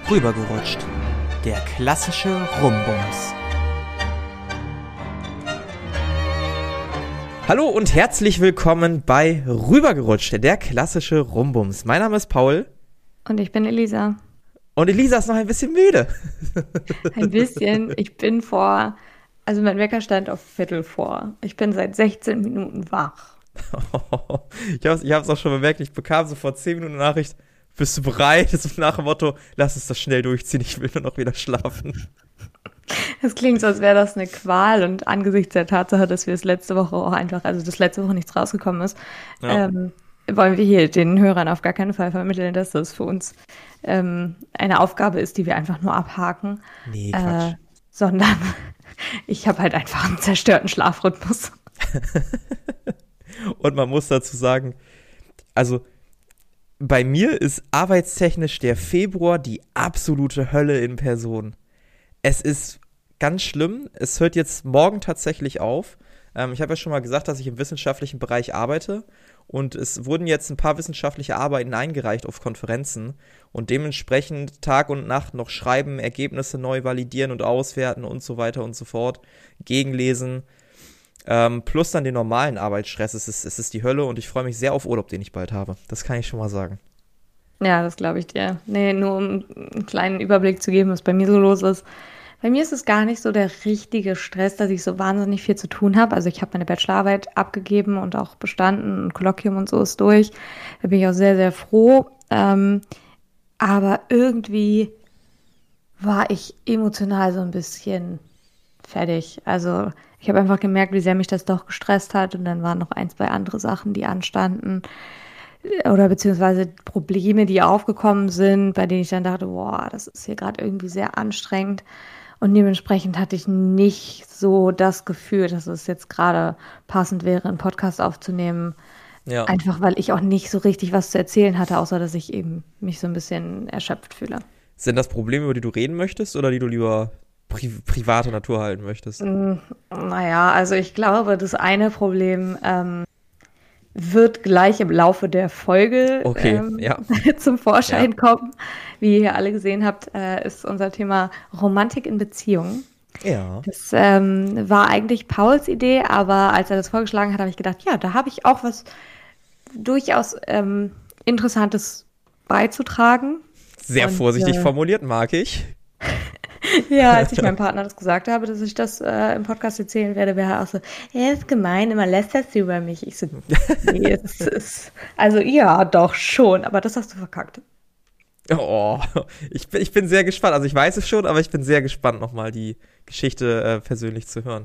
Rübergerutscht. Der klassische Rumbums. Hallo und herzlich willkommen bei Rübergerutscht, der klassische Rumbums. Mein Name ist Paul. Und ich bin Elisa. Und Elisa ist noch ein bisschen müde. Ein bisschen. Mein Wecker stand auf Viertel vor. Ich bin seit 16 Minuten wach. Ich hab's auch schon bemerkt, ich bekam sofort 10 Minuten Nachricht. Bist du bereit? Das ist nach dem Motto, lass uns das schnell durchziehen, ich will nur noch wieder schlafen. Es klingt so, als wäre das eine Qual und angesichts der Tatsache, dass wir es letzte Woche auch einfach, also dass letzte Woche nichts rausgekommen ist, wollen wir hier den Hörern auf gar keinen Fall vermitteln, dass das für uns eine Aufgabe ist, die wir einfach nur abhaken. Nee, Quatsch. Sondern ich habe halt einfach einen zerstörten Schlafrhythmus. Und man muss dazu sagen, also bei mir ist arbeitstechnisch der Februar die absolute Hölle in Person. Es ist ganz schlimm. Es hört jetzt morgen tatsächlich auf. Ich habe ja schon mal gesagt, dass ich im wissenschaftlichen Bereich arbeite. Und es wurden jetzt ein paar wissenschaftliche Arbeiten eingereicht auf Konferenzen. Und dementsprechend Tag und Nacht noch schreiben, Ergebnisse neu validieren und auswerten und so weiter und so fort. Gegenlesen. Plus dann den normalen Arbeitsstress. Es ist die Hölle und ich freue mich sehr auf Urlaub, den ich bald habe. Das kann ich schon mal sagen. Ja, das glaube ich dir. Nee, nur um einen kleinen Überblick zu geben, was bei mir so los ist. Bei mir ist es gar nicht so der richtige Stress, dass ich so wahnsinnig viel zu tun habe. Also ich habe meine Bachelorarbeit abgegeben und auch bestanden. Ein Kolloquium und so ist durch. Da bin ich auch sehr, sehr froh. Aber irgendwie war ich emotional so ein bisschen fertig. Also ich habe einfach gemerkt, wie sehr mich das doch gestresst hat. Und dann waren noch ein, zwei andere Sachen, die anstanden. Oder beziehungsweise Probleme, die aufgekommen sind, bei denen ich dann dachte, boah, das ist hier gerade irgendwie sehr anstrengend. Und dementsprechend hatte ich nicht so das Gefühl, dass es jetzt gerade passend wäre, einen Podcast aufzunehmen. Ja. Einfach, weil ich auch nicht so richtig was zu erzählen hatte, außer dass ich eben mich so ein bisschen erschöpft fühle. Sind das Probleme, über die du reden möchtest oder die du lieber private Natur halten möchtest? Naja, also ich glaube, das eine Problem wird gleich im Laufe der Folge zum Vorschein kommen. Wie ihr alle gesehen habt, ist unser Thema Romantik in Beziehungen. Ja. Das war eigentlich Pauls Idee, aber als er das vorgeschlagen hat, habe ich gedacht, ja, da habe ich auch was durchaus Interessantes beizutragen. Sehr vorsichtig formuliert, mag ich. Ja, als ich meinem Partner das gesagt habe, dass ich das im Podcast erzählen werde, wäre er auch so, er ist gemein, immer lästerst du über mich. Ich so, nee, also ja, doch schon, aber das hast du verkackt. Oh, ich bin sehr gespannt. Also ich weiß es schon, aber ich bin sehr gespannt, nochmal die Geschichte persönlich zu hören.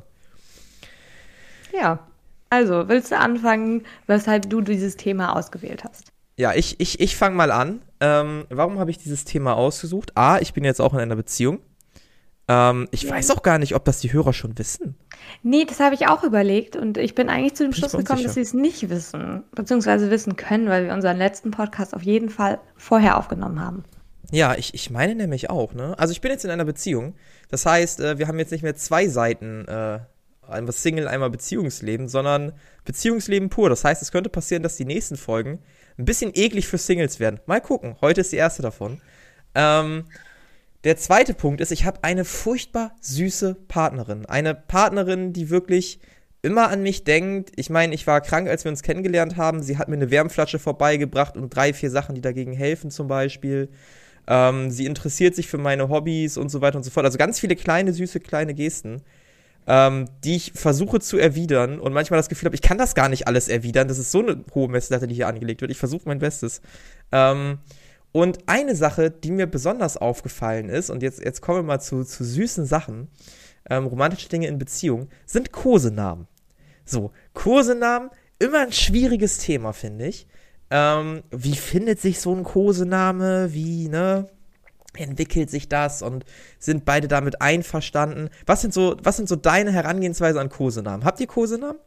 Ja, also willst du anfangen, weshalb du dieses Thema ausgewählt hast? Ja, ich fange mal an. Warum habe ich dieses Thema ausgesucht? Ich bin jetzt auch in einer Beziehung. Ich weiß auch gar nicht, ob das die Hörer schon wissen. Nee, das habe ich auch überlegt und ich bin eigentlich zu dem Schluss gekommen, dass sie es nicht wissen, beziehungsweise wissen können, weil wir unseren letzten Podcast auf jeden Fall vorher aufgenommen haben. Ja, ich meine nämlich auch, ne? Also ich bin jetzt in einer Beziehung. Das heißt, wir haben jetzt nicht mehr zwei Seiten, einmal Single, einmal Beziehungsleben, sondern Beziehungsleben pur. Das heißt, es könnte passieren, dass die nächsten Folgen ein bisschen eklig für Singles werden. Mal gucken. Heute ist die erste davon. Der zweite Punkt ist, ich habe eine furchtbar süße Partnerin. Eine Partnerin, die wirklich immer an mich denkt. Ich meine, ich war krank, als wir uns kennengelernt haben. Sie hat mir eine Wärmflasche vorbeigebracht und 3, 4 Sachen, die dagegen helfen zum Beispiel. Sie interessiert sich für meine Hobbys und so weiter und so fort. Also ganz viele kleine, süße, kleine Gesten, die ich versuche zu erwidern und manchmal das Gefühl habe, ich kann das gar nicht alles erwidern. Das ist so eine hohe Messlatte, die hier angelegt wird. Ich versuche mein Bestes. Und eine Sache, die mir besonders aufgefallen ist, und jetzt kommen wir mal zu süßen Sachen, romantische Dinge in Beziehung, sind Kosenamen. So, Kosenamen, immer ein schwieriges Thema, finde ich. Wie findet sich so ein Kosename? Wie entwickelt sich das? Und sind beide damit einverstanden? Was sind so deine Herangehensweise an Kosenamen? Habt ihr Kosenamen?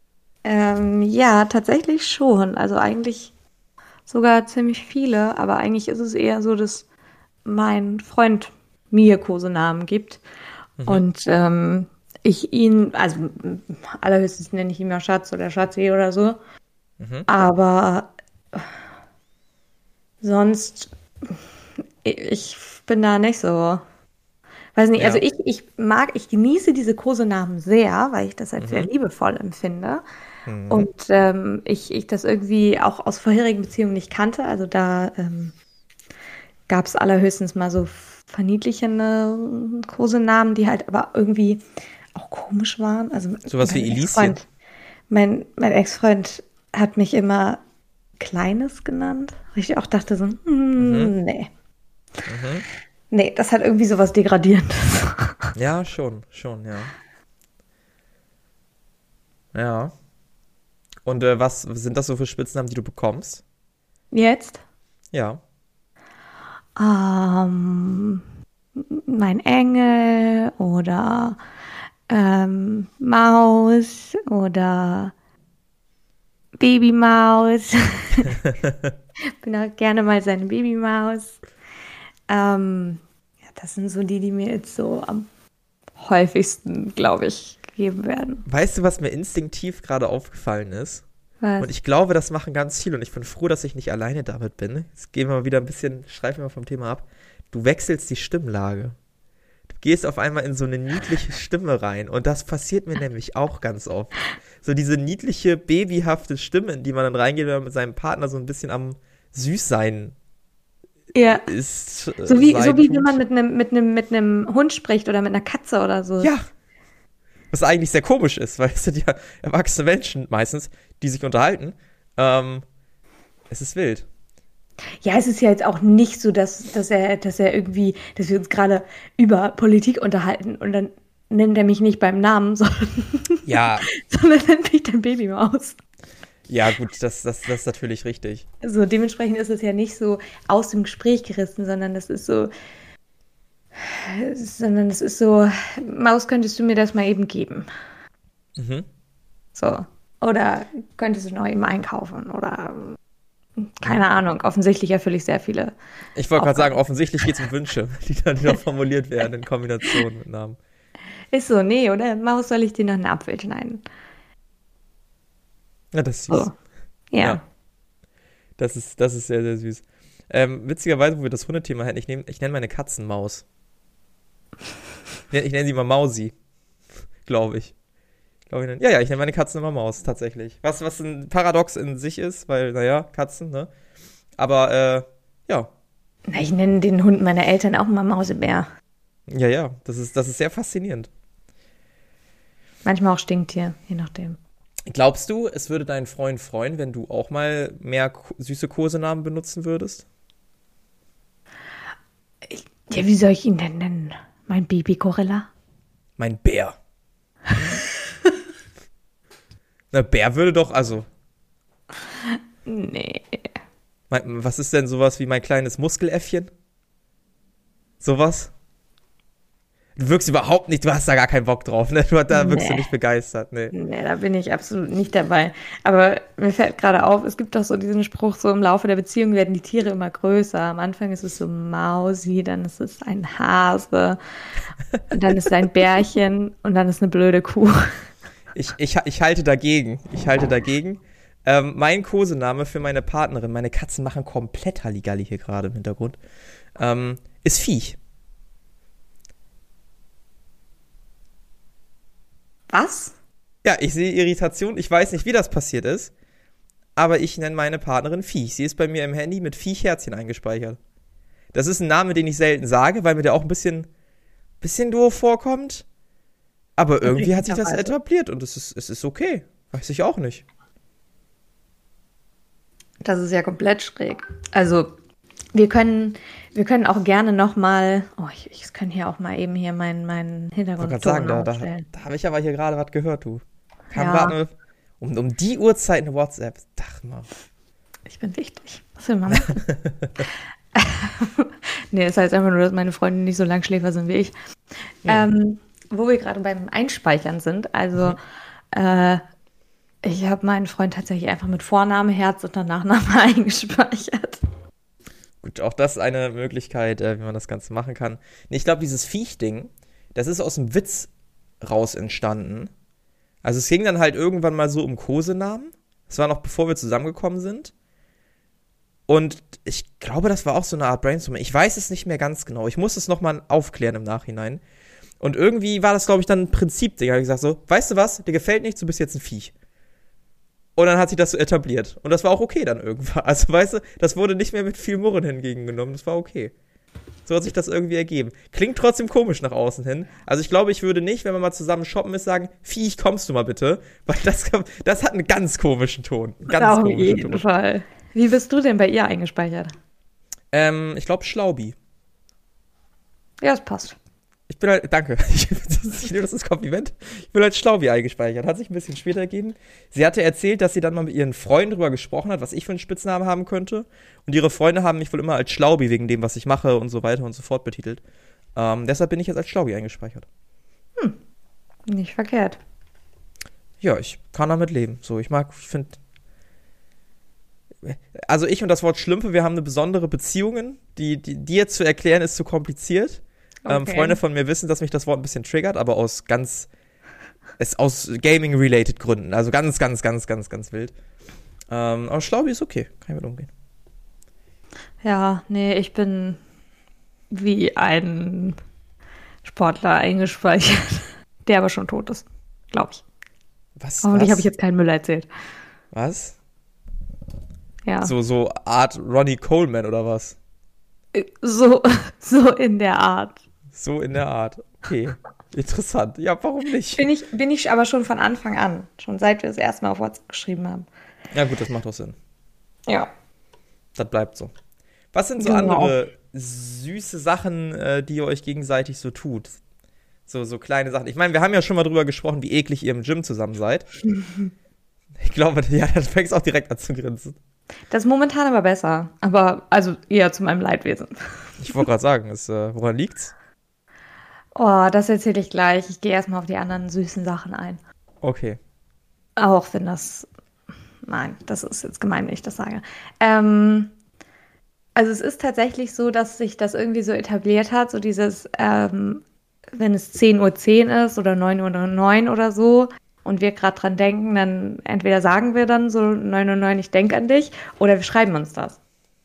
Ja, tatsächlich schon. Also eigentlich sogar ziemlich viele, aber eigentlich ist es eher so, dass mein Freund mir Kosenamen gibt und ich ihn, also allerhöchstens nenne ich ihn mal Schatz oder Schatzi oder so, aber sonst ich bin da nicht so. Weiß nicht, also Ja. ich genieße diese Kosenamen sehr, weil ich das als sehr Mhm. liebevoll empfinde. Mhm. Und ich das irgendwie auch aus vorherigen Beziehungen nicht kannte. Also da gab es allerhöchstens mal so verniedlichende Kosenamen, die halt aber irgendwie auch komisch waren. Also Sowas wie Elischen. Mein Ex-Freund hat mich immer Kleines genannt. Wo ich auch dachte so, Mhm. nee. Mhm. Nee, das hat irgendwie sowas Degradierendes. Ja, schon, ja. Ja. Und was sind das so für Spitznamen, die du bekommst? Jetzt? Ja. Ähm, mein Engel oder Maus oder Babymaus. Bin auch gerne mal seine Babymaus. Ja, das sind so die mir jetzt so am häufigsten, glaube ich, gegeben werden. Weißt du, was mir instinktiv gerade aufgefallen ist? Und Was? ich glaube, das machen ganz viele und ich bin froh, dass ich nicht alleine damit bin. Jetzt gehen wir mal wieder ein bisschen, schreiben wir mal vom Thema ab. Du wechselst die Stimmlage. Du gehst auf einmal in so eine niedliche Stimme rein und das passiert mir nämlich auch ganz oft. So diese niedliche, babyhafte Stimme, in die man dann reingeht, wenn man mit seinem Partner so ein bisschen am Süßsein Ja, ist, so sein wie wenn man tut. mit einem Hund spricht oder mit einer Katze oder so. Ja, was eigentlich sehr komisch ist, weil es sind ja erwachsene Menschen meistens, die sich unterhalten. Ähm, Es ist wild. Ja, es ist ja jetzt auch nicht so, dass er irgendwie, dass wir uns gerade über Politik unterhalten und dann nennt er mich nicht beim Namen, sondern, Ja, sondern nennt mich dann Babymaus. ja, gut, das ist natürlich richtig. Also dementsprechend ist es ja nicht so aus dem Gespräch gerissen, sondern es ist so, Maus, könntest du mir das mal eben geben? Mhm. So. Oder könntest du noch eben einkaufen? Oder keine Ahnung. Offensichtlich erfülle ich sehr viele Ich wollte gerade sagen, Aufgaben. offensichtlich geht es um Wünsche, die da formuliert werden in Kombination mit Namen. Ist so, nee, oder? Maus, soll ich dir noch einen Apfel schneiden? Ja, das ist süß. So. Ja. Ja, das ist sehr, sehr süß. Witzigerweise, wo wir das Hundethema hätten, ich nenne meine Katzen Maus. Ich nenn sie mal Mausi, glaube ich. Ich nenne meine Katzen immer Maus, tatsächlich. Was ein Paradox in sich ist, weil, naja, Katzen, ne? Aber, ja. Na, ich nenne den Hund meiner Eltern auch mal Mausebär. Ja, das ist sehr faszinierend. Manchmal auch Stinktier, je nachdem. Glaubst du, es würde deinen Freund freuen, wenn du auch mal mehr süße Kosenamen benutzen würdest? Ja, wie soll ich ihn denn nennen? Mein Baby-Gorilla? Mein Bär. Na, Bär würde doch, also, Nee. was ist denn sowas wie mein kleines Muskeläffchen? Sowas? Du wirkst überhaupt nicht, du hast da gar keinen Bock drauf, ne? Da wirkst du Nee. nicht begeistert, ne? Nee, da bin ich absolut nicht dabei. Aber mir fällt gerade auf, es gibt doch so diesen Spruch, so im Laufe der Beziehung werden die Tiere immer größer. Am Anfang ist es so Mausi, dann ist es ein Hase, und dann ist es ein Bärchen und dann ist eine blöde Kuh. Ich halte dagegen. Ich halte dagegen. Mein Kosename für meine Partnerin, meine Katzen machen komplett Halligalli hier gerade im Hintergrund, ist Viech. Was? Ja, ich sehe Irritation. Ich weiß nicht, wie das passiert ist, aber ich nenne meine Partnerin Viech. Sie ist bei mir im Handy mit Viech-Herzchen eingespeichert. Das ist ein Name, den ich selten sage, weil mir der auch ein bisschen doof vorkommt. Aber irgendwie hat sich das Richtigerweise. etabliert und es ist okay. Weiß ich auch nicht. Das ist ja komplett schräg. Also, wir können auch gerne nochmal. Oh, ich kann hier auch mal eben hier meinen Ich wollte gerade sagen, Hintergrundton ausstellen. da habe ich aber hier gerade was gehört, du. Kam Ja, gerade um die Uhrzeit eine WhatsApp. Dacht mal. ich bin wichtig. Was will man machen? Nee, das heißt einfach nur, dass meine Freundin nicht so Langschläfer sind wie ich. Hm. Wo wir gerade beim Einspeichern sind, also Mhm. äh, ich habe meinen Freund tatsächlich einfach mit Vorname, Herz und dann Nachname eingespeichert. Gut, auch das ist eine Möglichkeit, wie man das Ganze machen kann. Nee, ich glaube, dieses Viech-Ding, das ist aus dem Witz raus entstanden. Also es ging dann halt irgendwann mal so um Kosenamen. Das war noch bevor wir zusammengekommen sind. Und ich glaube, das war auch so eine Art Brainstorming. Ich weiß es nicht mehr ganz genau. Ich muss es nochmal aufklären im Nachhinein. Und irgendwie war das, glaube ich, dann ein Prinzip-Ding. Da habe ich gesagt so, weißt du was, dir gefällt nichts, du bist jetzt ein Viech. Und dann hat sich das so etabliert. Und das war auch okay dann irgendwann. Also, weißt du, das wurde nicht mehr mit viel Murren entgegengenommen. Das war okay. So hat sich das irgendwie ergeben. Klingt trotzdem komisch nach außen hin. Also ich glaube, ich würde nicht, wenn wir mal zusammen shoppen ist, sagen, Viech, kommst du mal bitte? Weil das hat einen ganz komischen Ton. Ganz Auf jeden Fall. Wie bist du denn bei ihr eingespeichert? Ich glaube, Schlaubi. Ja, es passt. Ich bin halt, danke, ich nehme das als Kompliment. Ich bin halt Schlaubi eingespeichert. Hat sich ein bisschen später gegeben. Sie hatte erzählt, dass sie dann mal mit ihren Freunden drüber gesprochen hat, was ich für einen Spitznamen haben könnte. Und ihre Freunde haben mich wohl immer als Schlaubi wegen dem, was ich mache und so weiter und so fort betitelt. Deshalb bin ich jetzt als Schlaubi eingespeichert. Nicht verkehrt. Ja, ich kann damit leben. So, ich finde. Also ich und das Wort Schlümpfe, wir haben eine besondere Beziehung. Die jetzt zu erklären ist zu kompliziert. Okay. Freunde von mir wissen, dass mich das Wort ein bisschen triggert, aber aus Gaming-related Gründen. Also ganz, ganz, ganz, ganz, ganz wild. Aber Schlaubi ist okay. Kann ich mit umgehen. Ja, nee, ich bin wie ein Sportler eingespeichert, der aber schon tot ist, glaube ich. Was? Hoffentlich habe ich jetzt keinen Müll erzählt. Was? Ja. So Art Ronnie Coleman oder was? So in der Art. So in der Art. Okay. Interessant. Ja, warum nicht? Bin ich aber schon von Anfang an. Schon seit wir das erste Mal auf WhatsApp geschrieben haben. Ja gut, das macht doch Sinn. Ja. Das bleibt so. Was sind so andere süße Sachen, die ihr euch gegenseitig so tut? So kleine Sachen. Ich meine, wir haben ja schon mal drüber gesprochen, wie eklig ihr im Gym zusammen seid. Ich glaube, ja, dann fängst du auch direkt an zu grinsen. Das ist momentan aber besser. Aber, also eher zu meinem Leidwesen. Ich wollte gerade sagen, woran liegt's? Oh, das erzähle ich gleich. Ich gehe erstmal auf die anderen süßen Sachen ein. Okay. Auch wenn das... Nein, das ist jetzt gemein, wenn ich das sage. Also es ist tatsächlich so, dass sich das irgendwie so etabliert hat, so dieses, wenn es 10:10 Uhr ist oder 9:09 Uhr oder so und wir gerade dran denken, dann entweder sagen wir dann so 9:09 Uhr, ich denke an dich, oder wir schreiben uns das.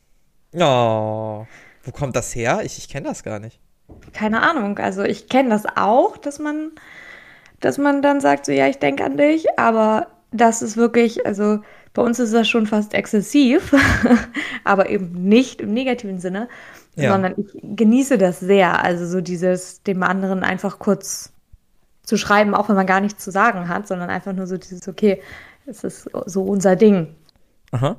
Oh, wo kommt das her? Ich kenne das gar nicht. Keine Ahnung, also ich kenne das auch, dass man dann sagt, so ja, ich denke an dich, aber das ist wirklich, also bei uns ist das schon fast exzessiv, aber eben nicht im negativen Sinne, sondern ich genieße das sehr, also so dieses dem anderen einfach kurz zu schreiben, auch wenn man gar nichts zu sagen hat, sondern einfach nur so dieses, okay, es ist so unser Ding. Aha.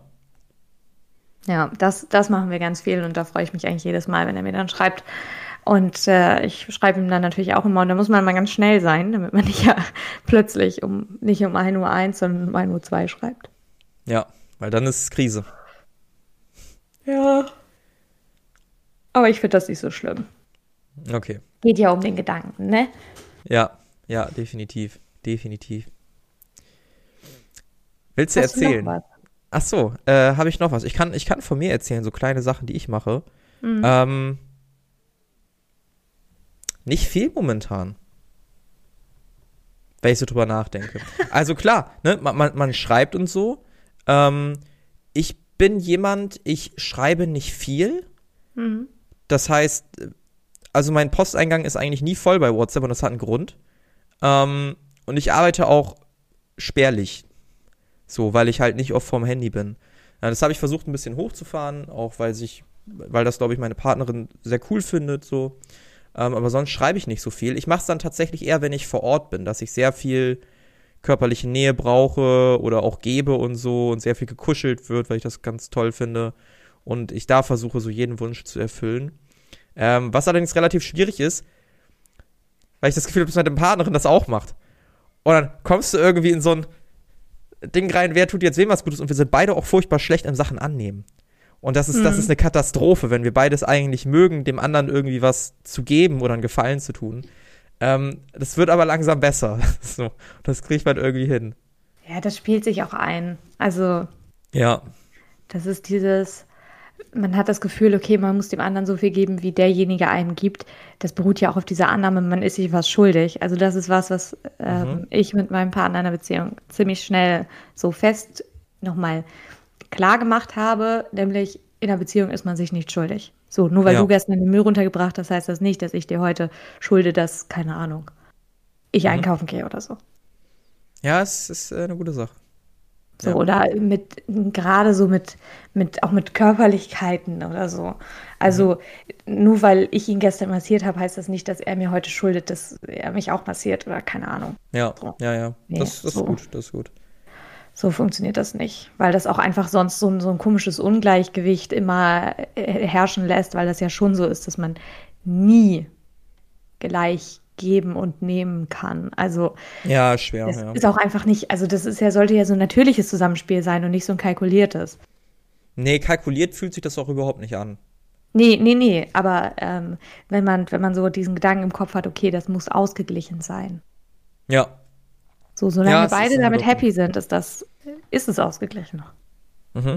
Ja, das machen wir ganz viel und da freue ich mich eigentlich jedes Mal, wenn er mir dann schreibt. Und ich schreibe ihm dann natürlich auch immer, und da muss man mal ganz schnell sein, damit man nicht plötzlich nicht um 1:01 Uhr, sondern um 1:02 Uhr schreibt. Ja, weil dann ist es Krise. Ja. Aber ich finde das nicht so schlimm. Okay. Geht ja um den Gedanken, ne? Ja, definitiv. Definitiv. Willst du erzählen? Noch was? Ach so, habe ich noch was. Ich kann von mir erzählen, so kleine Sachen, die ich mache. Nicht viel momentan. Wenn ich so drüber nachdenke. Also klar, ne, man schreibt und so. Ich bin jemand, ich schreibe nicht viel. Mhm. Das heißt, also mein Posteingang ist eigentlich nie voll bei WhatsApp und das hat einen Grund. Und ich arbeite auch spärlich. So, weil ich halt nicht oft vorm Handy bin. Ja, das habe ich versucht ein bisschen hochzufahren, auch weil das, glaube ich, meine Partnerin sehr cool findet, so. Aber sonst schreibe ich nicht so viel. Ich mache es dann tatsächlich eher, wenn ich vor Ort bin, dass ich sehr viel körperliche Nähe brauche oder auch gebe und so und sehr viel gekuschelt wird, weil ich das ganz toll finde. Und ich da versuche, so jeden Wunsch zu erfüllen. Was allerdings relativ schwierig ist, weil ich das Gefühl habe, dass meine Partnerin das auch macht. Und dann kommst du irgendwie in so ein Ding rein, wer tut jetzt wem was Gutes? Und wir sind beide auch furchtbar schlecht im Sachen annehmen. Und das ist eine Katastrophe, wenn wir beides eigentlich mögen, dem anderen irgendwie was zu geben oder einen Gefallen zu tun. Das wird aber langsam besser. So, das kriegt man irgendwie hin. Ja, das spielt sich auch ein. Also, ja, das ist man hat das Gefühl, okay, man muss dem anderen so viel geben, wie derjenige einem gibt. Das beruht ja auch auf dieser Annahme, man ist sich was schuldig. Also das ist was ich mit meinem Partner in einer Beziehung ziemlich schnell so fest nochmal klar gemacht habe, nämlich in einer Beziehung ist man sich nicht schuldig. So, nur weil Ja. du gestern den Müll runtergebracht hast, heißt das nicht, dass ich dir heute schulde, dass, keine Ahnung, ich Mhm. einkaufen gehe oder so. Ja, es ist eine gute Sache. So, Ja. oder gerade so auch mit Körperlichkeiten oder so. Mhm. Also, nur weil ich ihn gestern massiert habe, heißt das nicht, dass er mir heute schuldet, dass er mich auch massiert oder keine Ahnung. Ja, So, ja, ja. nee, Das ist so, gut, das ist gut. so funktioniert das nicht. Weil das auch einfach sonst so ein komisches Ungleichgewicht immer herrschen lässt, weil das ja schon so ist, dass man nie gleich geben und nehmen kann. Also, Ja, schwer, das ja. ist auch einfach nicht, also das ist ja, sollte ja so ein natürliches Zusammenspiel sein und nicht so ein kalkuliertes. Nee, kalkuliert fühlt sich das auch überhaupt nicht an. Nee, aber wenn man so diesen Gedanken im Kopf hat, okay, das muss ausgeglichen sein. Ja. So, Ja, solange es ist beide ein damit guter happy Punkt. sind, ist es ausgeglichen. Mhm.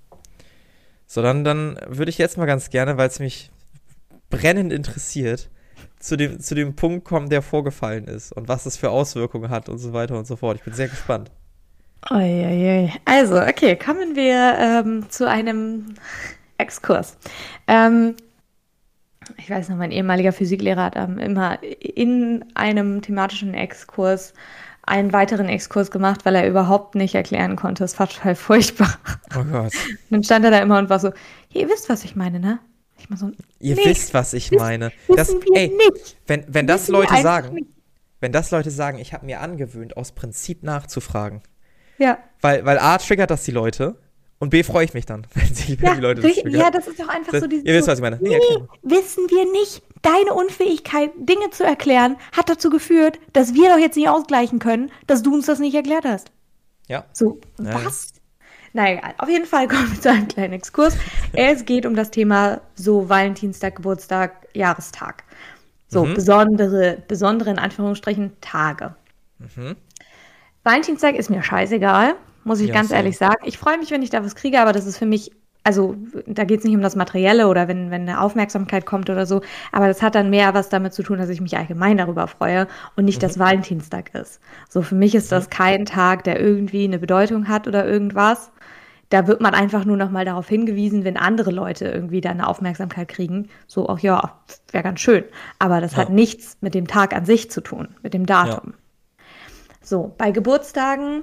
So, dann würde ich jetzt mal ganz gerne, weil es mich brennend interessiert, zu dem Punkt kommen, der vorgefallen ist und was das für Auswirkungen hat und so weiter und so fort. Ich bin sehr gespannt. Uiuiui. Also, okay, kommen wir zu einem Exkurs. Ähm, Ich weiß noch, mein ehemaliger Physiklehrer hat immer in einem thematischen Exkurs einen weiteren Exkurs gemacht, weil er überhaupt nicht erklären konnte. Es war total furchtbar. Oh Gott. Und dann stand er da immer und war so, ihr wisst, was ich meine, ne? Ich mal so, Ihr nee, wisst, was ich meine. wissen wir nicht. Wenn das Wissen wir Leute einfach sagen, nicht. wenn das Leute sagen, ich habe mir angewöhnt, aus Prinzip nachzufragen. Ja, Weil A, triggert das die Leute und B, freue ich mich dann, wenn die Leute das triggern. ja, das ist doch einfach so Ihr dieses wisst, so, was ich meine. Nee, nee, erklär mal. wissen wir nicht. Deine Unfähigkeit, Dinge zu erklären, hat dazu geführt, dass wir doch jetzt nicht ausgleichen können, dass du uns das nicht erklärt hast. Ja. So, Ja. was? Na egal, auf jeden Fall kommen wir zu einem kleinen Exkurs. Es geht um das Thema so Valentinstag, Geburtstag, Jahrestag. So besondere in Anführungsstrichen Tage. Valentinstag ist mir scheißegal, muss ich Ja, ganz same. ehrlich sagen. Ich freue mich, wenn ich da was kriege, aber das ist für mich, also da geht es nicht um das Materielle oder wenn eine Aufmerksamkeit kommt oder so, aber das hat dann mehr was damit zu tun, dass ich mich allgemein darüber freue und nicht, dass Valentinstag ist. So, für mich ist das kein Tag, der irgendwie eine Bedeutung hat oder irgendwas. Da wird man einfach nur noch mal darauf hingewiesen, wenn andere Leute irgendwie da eine Aufmerksamkeit kriegen. So, auch ja, wäre ganz schön. Aber das hat Ja. nichts mit dem Tag an sich zu tun, mit dem Datum. So, bei Geburtstagen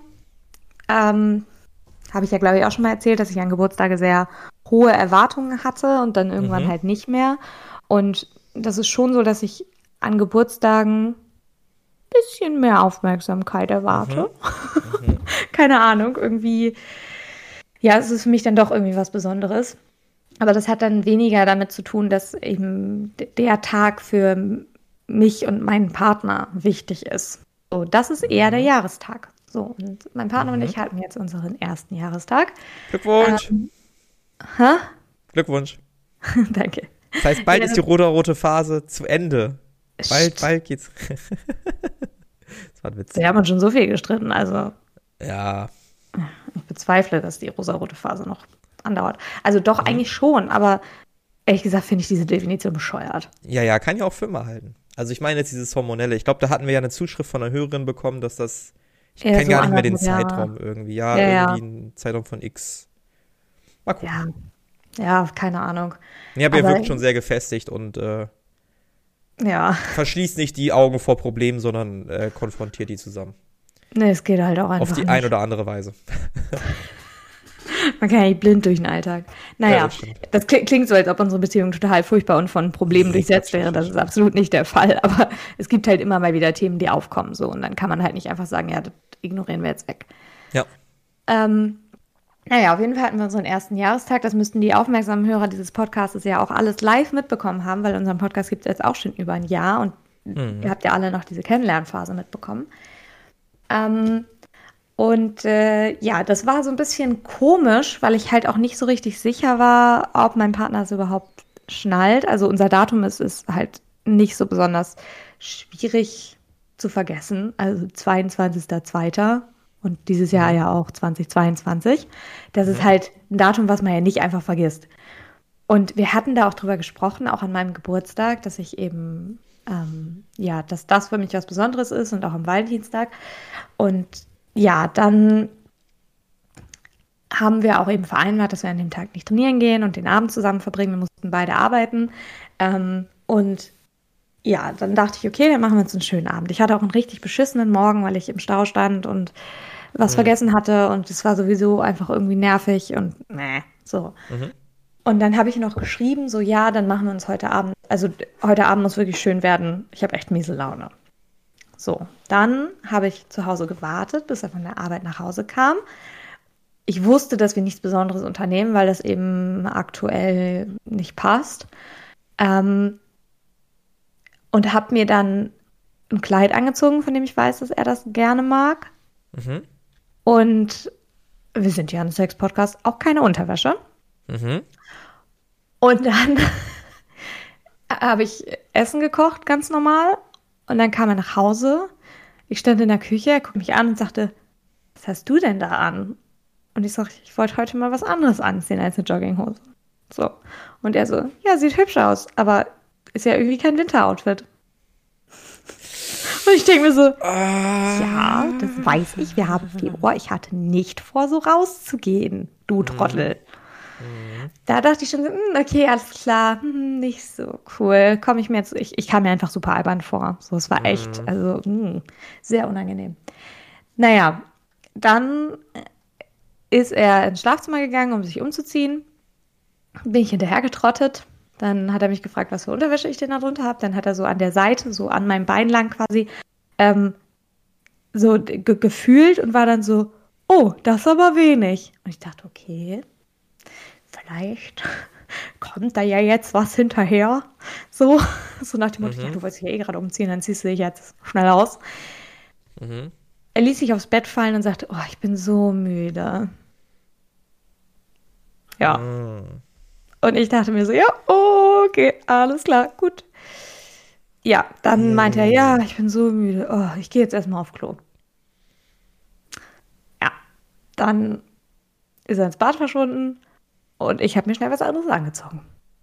habe ich ja, glaube ich, auch schon mal erzählt, dass ich an Geburtstage sehr hohe Erwartungen hatte und dann irgendwann halt nicht mehr. Und das ist schon so, dass ich an Geburtstagen ein bisschen mehr Aufmerksamkeit erwarte. Keine Ahnung, irgendwie, ja, es ist für mich dann doch irgendwie was Besonderes. Aber das hat dann weniger damit zu tun, dass eben der Tag für mich und meinen Partner wichtig ist. So, das ist eher der Jahrestag. So, und mein Partner und ich hatten jetzt unseren ersten Jahrestag. Glückwunsch. Hä? Glückwunsch. Danke. Das heißt, bald Ja, ist die rote Phase zu Ende. Bald geht's. Das war ein Witz. Wir haben uns schon so viel gestritten, also Ja. ich bezweifle, dass die rosarote Phase noch andauert. Also doch eigentlich schon, aber ehrlich gesagt finde ich diese Definition bescheuert. Ja, kann ja auch für immer halten. Also ich meine jetzt dieses Hormonelle. Ich glaube, da hatten wir ja eine Zuschrift von einer Hörerin bekommen, dass das, ich Ja, kenne so gar nicht mehr den 1,5 Jahre. Zeitraum irgendwie. Ja, Ja. irgendwie ein Zeitraum von X. Mal gucken. Ja, keine Ahnung. Nee, aber ihr Aber- wirkt schon sehr gefestigt und Ja, verschließt nicht die Augen vor Problemen, sondern konfrontiert die zusammen. ne, es geht halt auch einfach Auf die nicht. ein oder andere Weise. Man kann ja nicht blind durch den Alltag. Ja, Naja, das stimmt. das klingt so, als ob unsere Beziehung total furchtbar und von Problemen Nee, durchsetzt Quatsch, wäre. Das Quatsch. ist absolut nicht der Fall. Aber es gibt halt immer mal wieder Themen, die aufkommen. So. Und dann kann man halt nicht einfach sagen, ja, das ignorieren wir jetzt weg. Ja. Naja, auf jeden Fall hatten wir unseren ersten Jahrestag. Das müssten die aufmerksamen Hörer dieses Podcasts ja auch alles live mitbekommen haben, weil unseren Podcast gibt es jetzt auch schon über ein Jahr und ihr habt ja alle noch diese Kennenlernphase mitbekommen. Ja, das war so ein bisschen komisch, weil ich halt auch nicht so richtig sicher war, ob mein Partner es überhaupt schnallt. Also unser Datum ist halt nicht so besonders schwierig zu vergessen. Also 22.02. und dieses Jahr ja auch 2022. Das ist halt ein Datum, was man ja nicht einfach vergisst. Und wir hatten da auch drüber gesprochen, auch an meinem Geburtstag, dass ich eben, dass das für mich was Besonderes ist und auch am Valentinstag. Und ja, dann haben wir auch eben vereinbart, dass wir an dem Tag nicht trainieren gehen und den Abend zusammen verbringen. Wir mussten beide arbeiten. Und ja, dann dachte ich, okay, dann machen wir uns einen schönen Abend. Ich hatte auch einen richtig beschissenen Morgen, weil ich im Stau stand und was vergessen hatte. Und es war sowieso einfach irgendwie nervig und so. Und dann habe ich noch geschrieben, so ja, dann machen wir uns heute Abend, also heute Abend muss wirklich schön werden. Ich habe echt miese Laune. So, dann habe ich zu Hause gewartet, bis er von der Arbeit nach Hause kam. Ich wusste, dass wir nichts Besonderes unternehmen, weil das eben aktuell nicht passt. Und habe mir dann ein Kleid angezogen, von dem ich weiß, dass er das gerne mag. Und wir sind ja ein Sex-Podcast, auch keine Unterwäsche. Und dann habe ich Essen gekocht, ganz normal. Und dann kam er nach Hause. Ich stand in der Küche, er guckt mich an und sagte, was hast du denn da an? Und ich sage, ich wollte heute mal was anderes anziehen als eine Jogginghose. So. Und er so, ja, sieht hübsch aus, aber ist ja irgendwie kein Winteroutfit. Und ich denke mir so, ja, das weiß ich, wir haben Februar, ich hatte nicht vor, so rauszugehen, du Trottel. Da dachte ich schon so, okay, alles klar, nicht so cool. Komme ich mir jetzt, ich kam mir einfach super albern vor. So, es war echt, also sehr unangenehm. Naja, dann ist er ins Schlafzimmer gegangen, um sich umzuziehen. Bin ich hinterhergetrottet. Dann hat er mich gefragt, was für Unterwäsche ich denn da drunter habe. Dann hat er so an der Seite, so an meinem Bein lang quasi, so gefühlt und war dann so, oh, das ist aber wenig. Und ich dachte, okay, vielleicht kommt da ja jetzt was hinterher. So nach dem Motto, ja, du wolltest dich ja eh gerade umziehen, dann ziehst du dich jetzt schnell aus. Er ließ sich aufs Bett fallen und sagte, oh, ich bin so müde. Ja. Und ich dachte mir so, ja, okay, alles klar, gut. Ja, dann meinte er, ja, ich bin so müde. Oh, ich gehe jetzt erstmal auf Klo. Ja, dann ist er ins Bad verschwunden und ich habe mir schnell was anderes angezogen.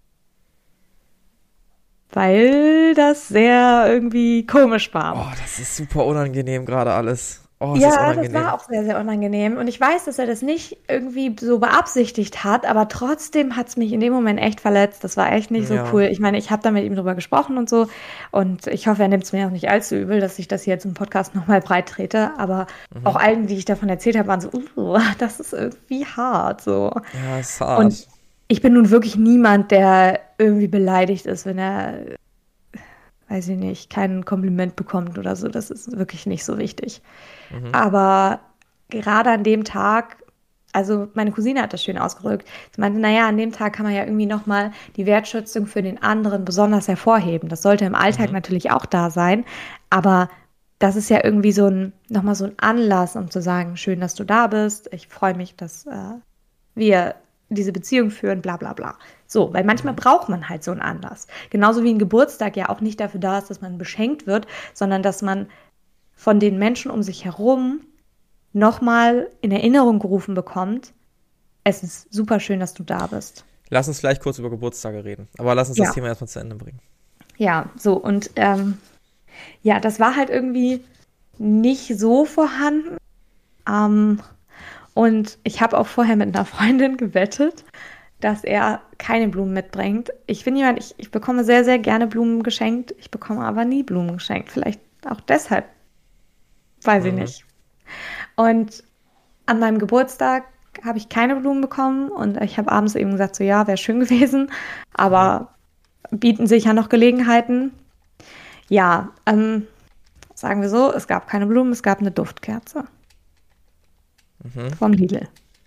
Weil das sehr irgendwie komisch war. Oh, das ist super unangenehm gerade alles. Oh, ja, das war auch sehr, sehr unangenehm. Und ich weiß, dass er das nicht irgendwie so beabsichtigt hat, aber trotzdem hat es mich in dem Moment echt verletzt. Das war echt nicht so cool. Ich meine, ich habe da mit ihm drüber gesprochen und so. Und ich hoffe, er nimmt es mir auch nicht allzu übel, dass ich das hier jetzt im Podcast nochmal breit trete. Aber auch allen, die ich davon erzählt habe, waren so, das ist irgendwie hart. So. Ja, ist hart. Und ich bin nun wirklich niemand, der irgendwie beleidigt ist, wenn er, weiß ich nicht, kein Kompliment bekommt oder so. Das ist wirklich nicht so wichtig. Aber gerade an dem Tag, also meine Cousine hat das schön ausgedrückt. Sie meinte, naja, an dem Tag kann man ja irgendwie nochmal die Wertschätzung für den anderen besonders hervorheben. Das sollte im Alltag natürlich auch da sein. Aber das ist ja irgendwie nochmal so ein Anlass, um zu sagen, schön, dass du da bist. Ich freue mich, dass wir diese Beziehung führen, bla bla bla. So, weil manchmal braucht man halt so einen Anlass. Genauso wie ein Geburtstag ja auch nicht dafür da ist, dass man beschenkt wird, sondern dass man von den Menschen um sich herum nochmal in Erinnerung gerufen bekommt, es ist super schön, dass du da bist. Lass uns gleich kurz über Geburtstage reden, aber lass uns das Thema erstmal zu Ende bringen. Ja, so und ja, das war halt irgendwie nicht so vorhanden. Und ich habe auch vorher mit einer Freundin gewettet, dass er keine Blumen mitbringt. Ich bin jemand, ich bekomme sehr, sehr gerne Blumen geschenkt. Ich bekomme aber nie Blumen geschenkt. Vielleicht auch deshalb. Weiß ich nicht. Und an meinem Geburtstag habe ich keine Blumen bekommen und ich habe abends eben gesagt, so ja, wäre schön gewesen, aber bieten sich ja noch Gelegenheiten. Ja, sagen wir so, es gab keine Blumen, es gab eine Duftkerze. Vom Lidl.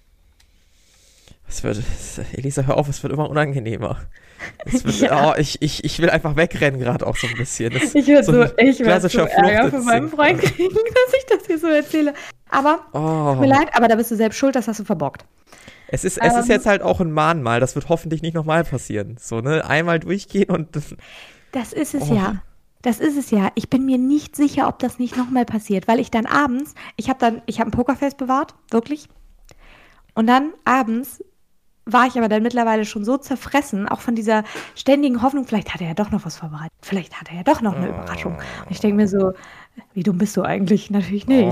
Elisa, hör auf, es wird immer unangenehmer. Ich will einfach wegrennen gerade auch so ein bisschen. Ich werde so Ärger von meinem Freund kriegen, dass ich das hier so erzähle. Aber, tut mir leid, aber da bist du selbst schuld, das hast du verbockt. Es ist jetzt halt auch ein Mahnmal, das wird hoffentlich nicht nochmal passieren. So, ne, einmal durchgehen und... Das ist es ja. Das ist es ja. Ich bin mir nicht sicher, ob das nicht nochmal passiert, weil ich dann abends, ich habe ein Pokerface bewahrt, wirklich. Und dann abends war ich aber dann mittlerweile schon so zerfressen, auch von dieser ständigen Hoffnung, vielleicht hat er ja doch noch was vorbereitet, vielleicht hat er ja doch noch eine Überraschung. Und ich denke mir so, wie dumm bist du eigentlich? Natürlich nicht.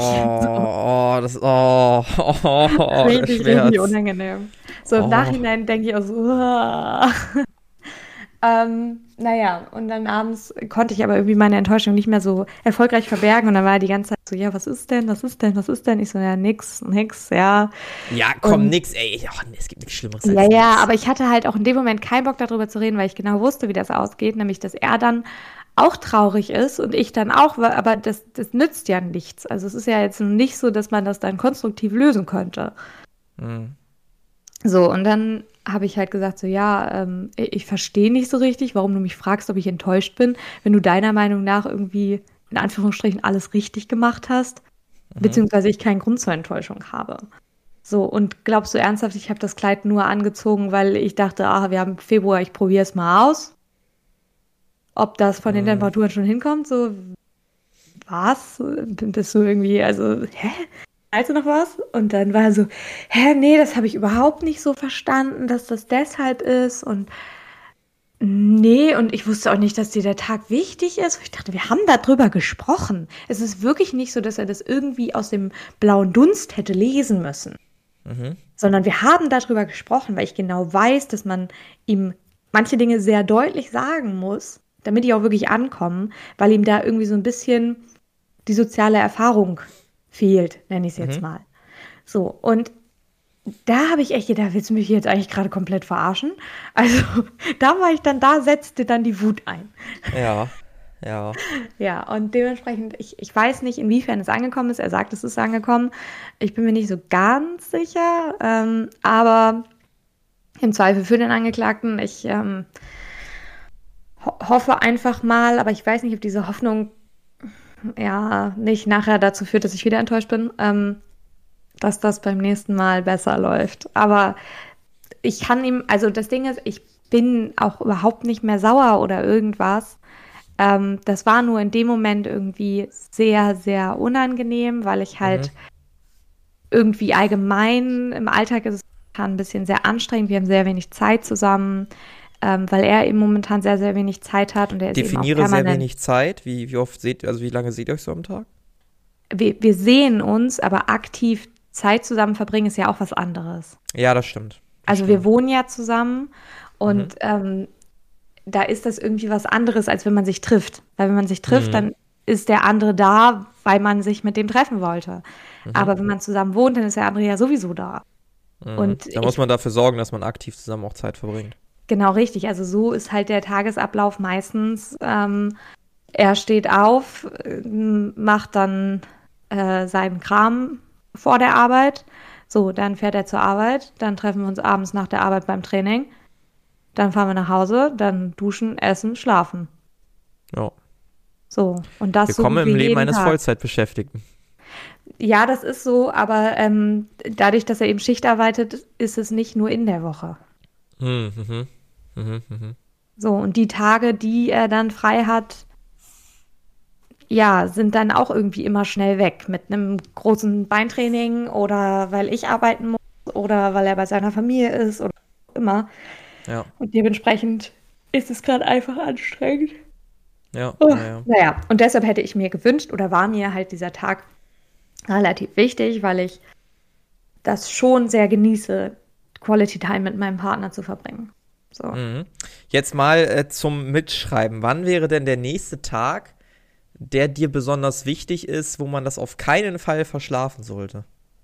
Richtig unangenehm. So im Nachhinein denke ich auch so, naja, und dann abends konnte ich aber irgendwie meine Enttäuschung nicht mehr so erfolgreich verbergen und dann war er die ganze Zeit so, ja, was ist denn? Ich so, ja, nix, ja. Ja, komm, nix, ey. Ach, nee, es gibt nichts Schlimmeres als Ja, aber ich hatte halt auch in dem Moment keinen Bock darüber zu reden, weil ich genau wusste, wie das ausgeht, nämlich, dass er dann auch traurig ist und ich dann auch, aber das nützt ja nichts. Also es ist ja jetzt nicht so, dass man das dann konstruktiv lösen könnte. So, und dann habe ich halt gesagt, so ja, ich verstehe nicht so richtig, warum du mich fragst, ob ich enttäuscht bin, wenn du deiner Meinung nach irgendwie in Anführungsstrichen alles richtig gemacht hast, beziehungsweise ich keinen Grund zur Enttäuschung habe. So, und glaubst du ernsthaft, ich habe das Kleid nur angezogen, weil ich dachte, wir haben Februar, ich probiere es mal aus, ob das von den Temperaturen schon hinkommt, so, was? Bist du irgendwie, also, Also noch was? Und dann war er so, nee, das habe ich überhaupt nicht so verstanden, dass das deshalb ist. Und nee, und ich wusste auch nicht, dass dir der Tag wichtig ist. Und ich dachte, wir haben darüber gesprochen. Es ist wirklich nicht so, dass er das irgendwie aus dem blauen Dunst hätte lesen müssen. Sondern wir haben darüber gesprochen, weil ich genau weiß, dass man ihm manche Dinge sehr deutlich sagen muss, damit die auch wirklich ankommen, weil ihm da irgendwie so ein bisschen die soziale Erfahrung fehlt, nenne ich es jetzt mal. So, und da habe ich echt gedacht, willst du mich jetzt eigentlich gerade komplett verarschen? Also, da setzte dann die Wut ein. Ja. Ja, und dementsprechend, ich weiß nicht, inwiefern es angekommen ist. Er sagt, es ist angekommen. Ich bin mir nicht so ganz sicher, aber im Zweifel für den Angeklagten. Ich hoffe einfach mal, aber ich weiß nicht, ob diese Hoffnung nicht nachher dazu führt, dass ich wieder enttäuscht bin, dass das beim nächsten Mal besser läuft. Aber ich kann ihm, also das Ding ist, ich bin auch überhaupt nicht mehr sauer oder irgendwas. Das war nur in dem Moment irgendwie sehr, sehr unangenehm, weil ich halt irgendwie allgemein im Alltag ist es ein bisschen sehr anstrengend. Wir haben sehr wenig Zeit zusammen. Weil er eben momentan sehr, sehr wenig Zeit hat und er ist Definiere eben auch permanent. Sehr wenig Zeit. Wie oft wie lange seht ihr euch so am Tag? Wir sehen uns, aber aktiv Zeit zusammen verbringen ist ja auch was anderes. Ja, das stimmt. Wir wohnen ja zusammen und da ist das irgendwie was anderes, als wenn man sich trifft. Weil wenn man sich trifft, dann ist der andere da, weil man sich mit dem treffen wollte. Aber wenn man zusammen wohnt, dann ist der andere ja sowieso da. Und da muss man dafür sorgen, dass man aktiv zusammen auch Zeit verbringt. Genau, richtig. Also so ist halt der Tagesablauf meistens. Er steht auf, macht dann seinen Kram vor der Arbeit. So, dann fährt er zur Arbeit. Dann treffen wir uns abends nach der Arbeit beim Training. Dann fahren wir nach Hause, dann duschen, essen, schlafen. Ja. So, und das wir kommen im Leben eines Vollzeitbeschäftigten. Ja, das ist so, aber dadurch, dass er eben Schicht arbeitet, ist es nicht nur in der Woche. So, und die Tage, die er dann frei hat, sind dann auch irgendwie immer schnell weg mit einem großen Beintraining oder weil ich arbeiten muss oder weil er bei seiner Familie ist oder immer. Ja. Und dementsprechend ist es gerade einfach anstrengend. Ja. Naja, und deshalb hätte ich mir gewünscht oder war mir halt dieser Tag relativ wichtig, weil ich das schon sehr genieße, Quality Time mit meinem Partner zu verbringen. So. Jetzt mal zum Mitschreiben. Wann wäre denn der nächste Tag, der dir besonders wichtig ist, wo man das auf keinen Fall verschlafen sollte?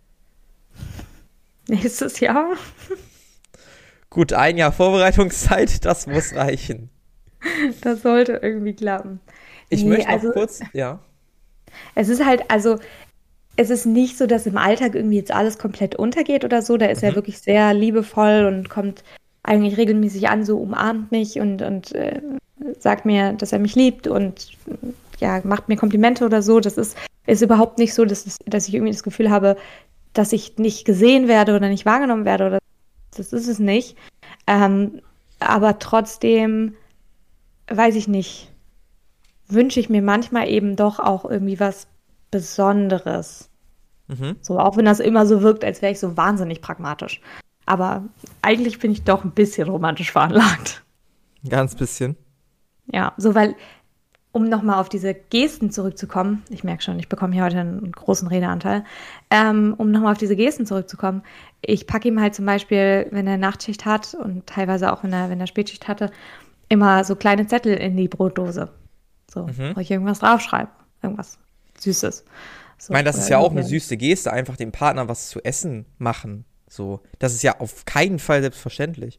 Nächstes Jahr. Gut, 1 Jahr Vorbereitungszeit, das muss reichen. Das sollte irgendwie klappen. Ich möchte noch kurz, Es ist halt, es ist nicht so, dass im Alltag irgendwie jetzt alles komplett untergeht oder so. Da ist er wirklich sehr liebevoll und kommt eigentlich regelmäßig an, so umarmt mich und sagt mir, dass er mich liebt und macht mir Komplimente oder so. Das ist überhaupt nicht so, dass ich irgendwie das Gefühl habe, dass ich nicht gesehen werde oder nicht wahrgenommen werde. Oder das ist es nicht. Aber trotzdem, weiß ich nicht, wünsche ich mir manchmal eben doch auch irgendwie was Besonderes. So, auch wenn das immer so wirkt, als wäre ich so wahnsinnig pragmatisch. Aber eigentlich bin ich doch ein bisschen romantisch veranlagt. Ganz bisschen. Ja, so weil, um nochmal auf diese Gesten zurückzukommen, ich merke schon, ich bekomme hier heute einen großen Redeanteil, um nochmal auf diese Gesten zurückzukommen, ich packe ihm halt zum Beispiel, wenn er Nachtschicht hat und teilweise auch, wenn er Spätschicht hatte, immer so kleine Zettel in die Brotdose. So, wo ich irgendwas draufschreibe, irgendwas Süßes. So, ich meine, das ist ja auch eine süße Geste, einfach dem Partner was zu essen machen. So, das ist ja auf keinen Fall selbstverständlich.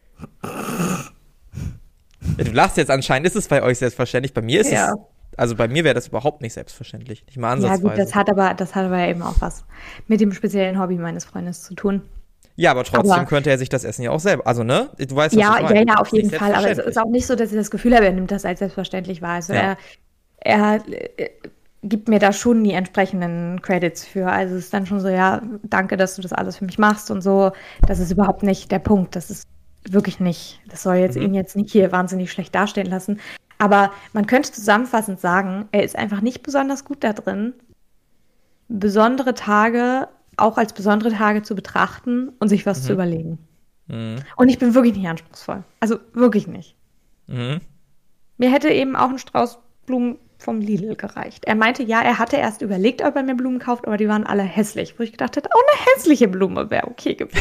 Ja, du lachst jetzt, anscheinend ist es bei euch selbstverständlich. Bei mir ist es, also bei mir wäre das überhaupt nicht selbstverständlich. Nicht mal ansatzweise. Ja gut, das hat aber eben auch was mit dem speziellen Hobby meines Freundes zu tun. Ja, aber trotzdem könnte er sich das Essen ja auch selber, also ne? Du weißt, was ich meine. Ja, auf jeden Fall. Aber es ist auch nicht so, dass ich das Gefühl habe, er nimmt das als selbstverständlich wahr. Also er gibt mir da schon die entsprechenden Credits für. Also es ist dann schon so, ja, danke, dass du das alles für mich machst und so. Das ist überhaupt nicht der Punkt. Das ist wirklich nicht. Das soll jetzt ihn jetzt nicht hier wahnsinnig schlecht dastehen lassen. Aber man könnte zusammenfassend sagen, er ist einfach nicht besonders gut da drin, besondere Tage auch als besondere Tage zu betrachten und sich was zu überlegen. Und ich bin wirklich nicht anspruchsvoll. Also wirklich nicht. Mir hätte eben auch ein Strauß Blumen vom Lidl gereicht. Er meinte, ja, er hatte erst überlegt, ob er mir Blumen kauft, aber die waren alle hässlich. Wo ich gedacht hätte, auch eine hässliche Blume wäre okay gewesen.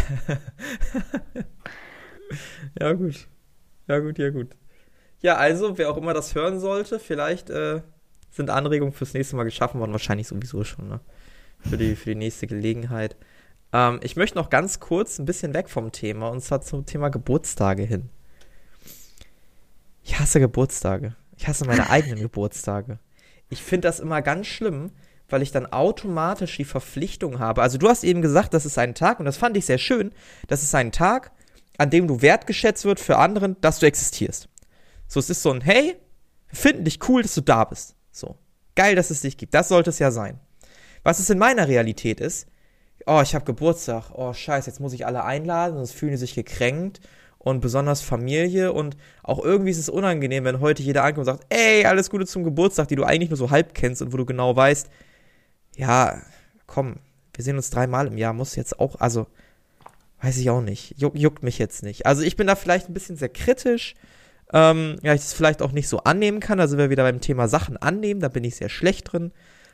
Ja, gut. Ja, also, wer auch immer das hören sollte, vielleicht sind Anregungen fürs nächste Mal geschaffen worden. Wahrscheinlich sowieso schon, ne? Für die nächste Gelegenheit. Ich möchte noch ganz kurz ein bisschen weg vom Thema, und zwar zum Thema Geburtstage hin. Ich hasse Geburtstage. Ich hasse meine eigenen Geburtstage. Ich finde das immer ganz schlimm, weil ich dann automatisch die Verpflichtung habe. Also du hast eben gesagt, das ist ein Tag, und das fand ich sehr schön, das ist ein Tag, an dem du wertgeschätzt wird für anderen, dass du existierst. So, es ist so ein, hey, wir finden dich cool, dass du da bist. So, geil, dass es dich gibt. Das sollte es ja sein. Was es in meiner Realität ist, oh, ich habe Geburtstag, oh, scheiße, jetzt muss ich alle einladen, sonst fühlen die sich gekränkt, und besonders Familie, und auch irgendwie ist es unangenehm, wenn heute jeder ankommt und sagt, ey, alles Gute zum Geburtstag, die du eigentlich nur so halb kennst und wo du genau weißt, ja, komm, wir sehen uns 3-mal im Jahr, muss jetzt auch, also, weiß ich auch nicht, juckt mich jetzt nicht. Also ich bin da vielleicht ein bisschen sehr kritisch, ich das vielleicht auch nicht so annehmen kann, also wir wieder beim Thema Sachen annehmen, da bin ich sehr schlecht drin,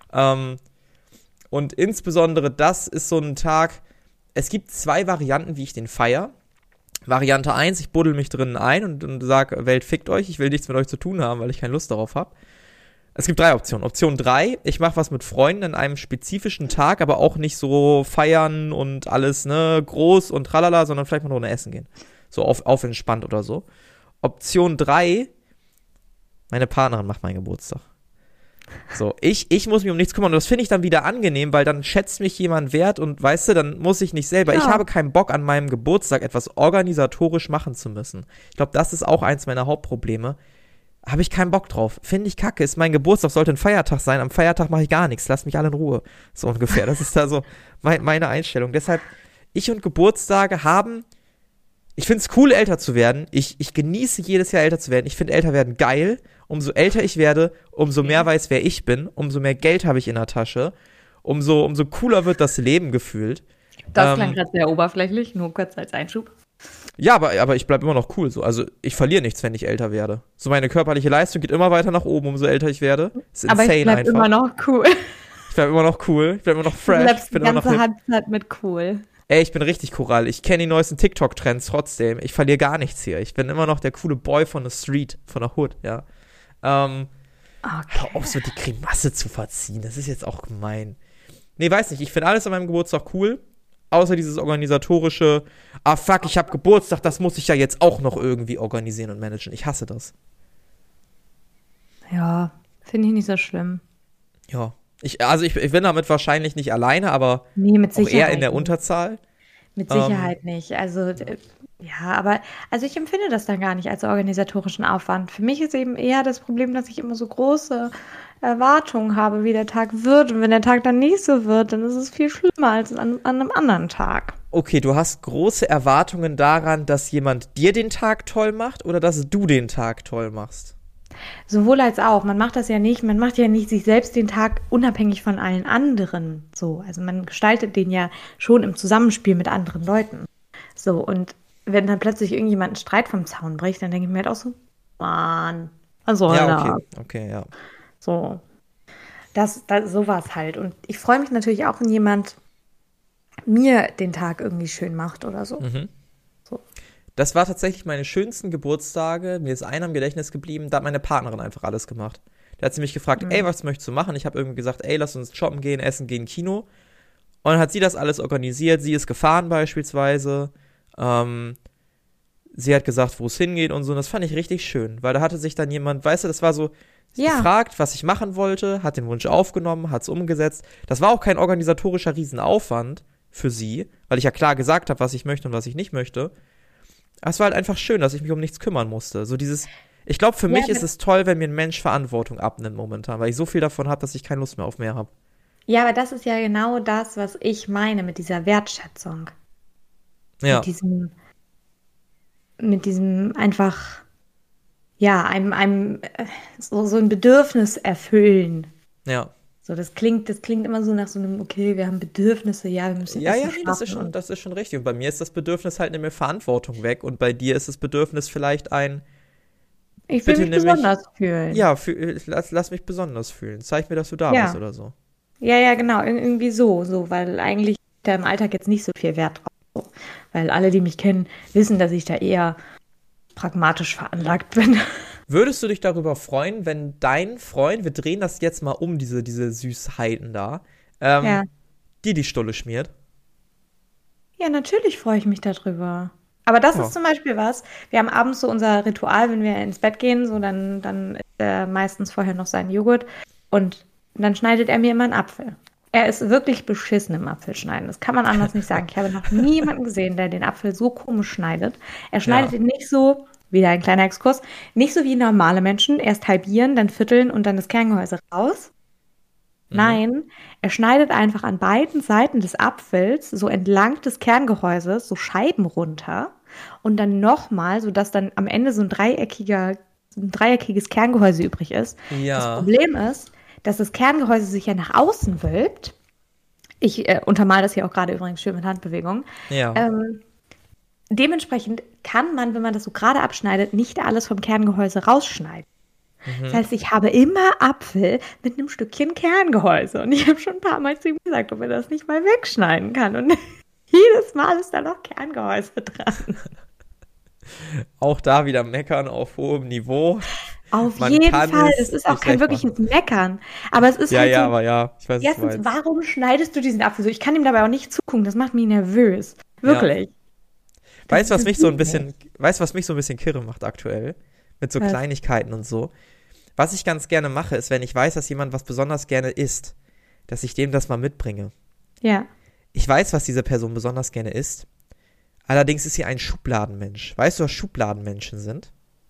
und insbesondere das ist so ein Tag, es gibt 2 Varianten, wie ich den feiere. Variante 1, ich buddel mich drinnen ein und sag, Welt, fickt euch, ich will nichts mit euch zu tun haben, weil ich keine Lust darauf habe. Es gibt 3 Optionen. Option 3, ich mache was mit Freunden an einem spezifischen Tag, aber auch nicht so feiern und alles, ne, groß und tralala, sondern vielleicht mal eine Runde essen gehen. So auf entspannt oder so. Option 3, meine Partnerin macht meinen Geburtstag. So, ich muss mich um nichts kümmern, und das finde ich dann wieder angenehm, weil dann schätzt mich jemand wert, und weißt du, dann muss ich nicht selber. Ja. Ich habe keinen Bock, an meinem Geburtstag etwas organisatorisch machen zu müssen. Ich glaube, das ist auch eins meiner Hauptprobleme. Habe ich keinen Bock drauf. Finde ich kacke. Ist mein Geburtstag, sollte ein Feiertag sein. Am Feiertag mache ich gar nichts. Lass mich alle in Ruhe. So ungefähr. Das ist da so meine Einstellung. Deshalb, ich und Geburtstage haben, ich finde es cool, älter zu werden. Ich genieße jedes Jahr älter zu werden. Ich finde älter werden geil. Umso älter ich werde, umso mehr weiß, wer ich bin, umso mehr Geld habe ich in der Tasche, umso cooler wird das Leben gefühlt. Das klang gerade sehr oberflächlich, nur kurz als Einschub. Ja, aber ich bleibe immer noch cool so. Also ich verliere nichts, wenn ich älter werde. So, meine körperliche Leistung geht immer weiter nach oben, umso älter ich werde. Ist aber ich bleibe immer noch cool. Ich bleibe immer noch cool, ich bleibe immer noch fresh. Du bleibst die ganze Halbzeit mit cool. Ey, ich bin richtig Choral. Ich kenne die neuesten TikTok-Trends trotzdem. Ich verliere gar nichts hier. Ich bin immer noch der coole Boy von der Street, von der Hood, ja. Okay. Hör auf, so die Grimasse zu verziehen. Das ist jetzt auch gemein. Nee, weiß nicht. Ich finde alles an meinem Geburtstag cool. Außer dieses organisatorische, fuck, ich hab Geburtstag, das muss ich ja jetzt auch noch irgendwie organisieren und managen. Ich hasse das. Ja, finde ich nicht so schlimm. Ja. Ich bin damit wahrscheinlich nicht alleine, aber mit auch Sicherheit eher in der nicht. Unterzahl. Mit Sicherheit nicht. Also, ja, aber also ich empfinde das dann gar nicht als organisatorischen Aufwand. Für mich ist eben eher das Problem, dass ich immer so große Erwartungen habe, wie der Tag wird. Und wenn der Tag dann nicht so wird, dann ist es viel schlimmer als an einem anderen Tag. Okay, du hast große Erwartungen daran, dass jemand dir den Tag toll macht oder dass du den Tag toll machst? Sowohl als auch. Man macht ja nicht sich selbst den Tag unabhängig von allen anderen so. Also man gestaltet den ja schon im Zusammenspiel mit anderen Leuten. So, und wenn dann plötzlich irgendjemand einen Streit vom Zaun bricht, dann denke ich mir halt auch so, Mann, was soll Ja, das? okay, ja. So, sowas halt. Und ich freue mich natürlich auch, wenn jemand mir den Tag irgendwie schön macht oder so. Mhm. So. Das war tatsächlich meine schönsten Geburtstage. Mir ist einer im Gedächtnis geblieben, da hat meine Partnerin einfach alles gemacht. Da hat sie mich gefragt, ey, was möchtest du machen? Ich habe irgendwie gesagt, ey, lass uns shoppen gehen, essen gehen, Kino. Und dann hat sie das alles organisiert. Sie ist gefahren beispielsweise. Sie hat gesagt, wo es hingeht und so. Und das fand ich richtig schön, weil da hatte sich dann jemand, weißt du, das war so, sie gefragt, was ich machen wollte, hat den Wunsch aufgenommen, hat es umgesetzt. Das war auch kein organisatorischer Riesenaufwand für sie, weil ich ja klar gesagt habe, was ich möchte und was ich nicht möchte. Aber es war halt einfach schön, dass ich mich um nichts kümmern musste. So dieses, ich glaube, für mich ist es toll, wenn mir ein Mensch Verantwortung abnimmt momentan, weil ich so viel davon habe, dass ich keine Lust mehr auf mehr habe. Ja, aber das ist ja genau das, was ich meine mit dieser Wertschätzung. Ja, Mit diesem einfach, ja, so ein Bedürfnis erfüllen. ja. So, das klingt immer so nach so einem, okay, wir haben Bedürfnisse, ja, wir müssen Ja, Essen nee, schaffen und das ist schon richtig. Und bei mir ist das Bedürfnis halt, nimm mir Verantwortung weg. Und bei dir ist das Bedürfnis vielleicht ich will bitte mich nimm mich, besonders fühlen. ja, lass mich besonders fühlen. Zeig mir, dass du da bist Ja, oder so. ja, genau, irgendwie so, weil eigentlich da im Alltag jetzt nicht so viel Wert drauf. So. Weil alle, die mich kennen, wissen, dass ich da eher pragmatisch veranlagt bin. Würdest du dich darüber freuen, wenn dein Freund, wir drehen das jetzt mal um, diese Süßheiten da, Ja. dir die Stulle schmiert? Ja, natürlich freue ich mich darüber. Aber das Ja. ist zum Beispiel was. Wir haben abends so unser Ritual, wenn wir ins Bett gehen, so dann isst er meistens vorher noch seinen Joghurt und dann schneidet er mir immer einen Apfel. Er ist wirklich beschissen im Apfelschneiden. Das kann man anders nicht sagen. Ich habe noch nie jemanden gesehen, der den Apfel so komisch schneidet. Er schneidet Ja. ihn nicht so, wieder ein kleiner Exkurs, nicht so wie normale Menschen. Erst halbieren, dann vierteln und dann das Kerngehäuse raus. Mhm. Nein, er schneidet einfach an beiden Seiten des Apfels so entlang des Kerngehäuses so Scheiben runter und dann nochmal, sodass dann am Ende so ein dreieckiges Kerngehäuse übrig ist. Das Ja. Problem ist, dass das Kerngehäuse sich ja nach außen wölbt. Ich untermale das hier auch gerade übrigens schön mit Handbewegungen. Ja. Ähm, Dementsprechend kann man, wenn man das so gerade abschneidet, nicht alles vom Kerngehäuse rausschneiden. Das Mhm. heißt, ich habe immer Apfel mit einem Stückchen Kerngehäuse. Und ich habe schon ein paar Mal zu ihm gesagt, ob er das nicht mal wegschneiden kann. Und jedes Mal ist da noch Kerngehäuse dran. Auch da wieder meckern auf hohem Niveau. Auf Man jeden kann Fall. Das es ist auch nicht kein recht machen. wirkliches Meckern. Aber es ist Ja, halt ja, so, aber ja, ich weiß, was du erstens, meinst. warum schneidest du diesen Apfel so? Ich kann ihm dabei auch nicht zugucken. Das macht mich nervös. Ja. Wirklich. Das geht nicht. Weißt du, was mich so ein bisschen kirre macht aktuell? Mit so Was? Kleinigkeiten und so. Was ich ganz gerne mache, ist, wenn ich weiß, dass jemand was besonders gerne isst, dass ich dem das mal mitbringe. Ja. Ich weiß, was diese Person besonders gerne isst. Allerdings ist sie ein Schubladenmensch. Weißt du, was Schubladenmenschen sind?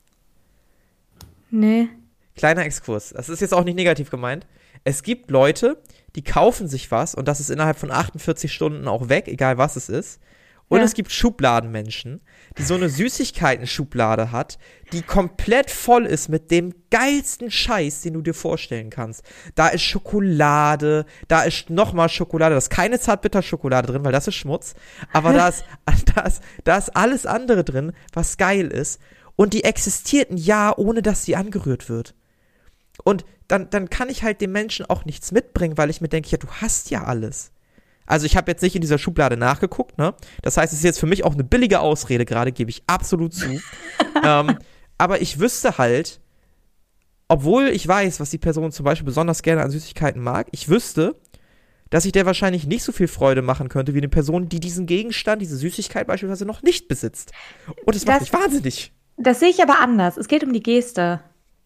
Nee. Kleiner Exkurs. Das ist jetzt auch nicht negativ gemeint. Es gibt Leute, die kaufen sich was und das ist innerhalb von 48 Stunden auch weg, egal was es ist. Und Ja. es gibt Schubladenmenschen, die so eine Süßigkeiten-Schublade hat, die komplett voll ist mit dem geilsten Scheiß, den du dir vorstellen kannst. Da ist Schokolade, da ist nochmal Schokolade, da ist keine Zartbitterschokolade drin, weil das ist Schmutz. Aber da ist alles andere drin, was geil ist. Und die existiert ein Jahr, ohne dass sie angerührt wird. Und dann kann ich halt dem Menschen auch nichts mitbringen, weil ich mir denke, ja, du hast ja alles. Also ich habe jetzt nicht in dieser Schublade nachgeguckt, ne? Das heißt, es ist jetzt für mich auch eine billige Ausrede gerade, gebe ich absolut zu. Aber ich wüsste halt, obwohl ich weiß, was die Person zum Beispiel besonders gerne an Süßigkeiten mag, ich wüsste, dass ich der wahrscheinlich nicht so viel Freude machen könnte wie eine Person, die diesen Gegenstand, diese Süßigkeit beispielsweise noch nicht besitzt. Und das macht mich wahnsinnig. Das sehe ich aber anders. Es geht um die Geste.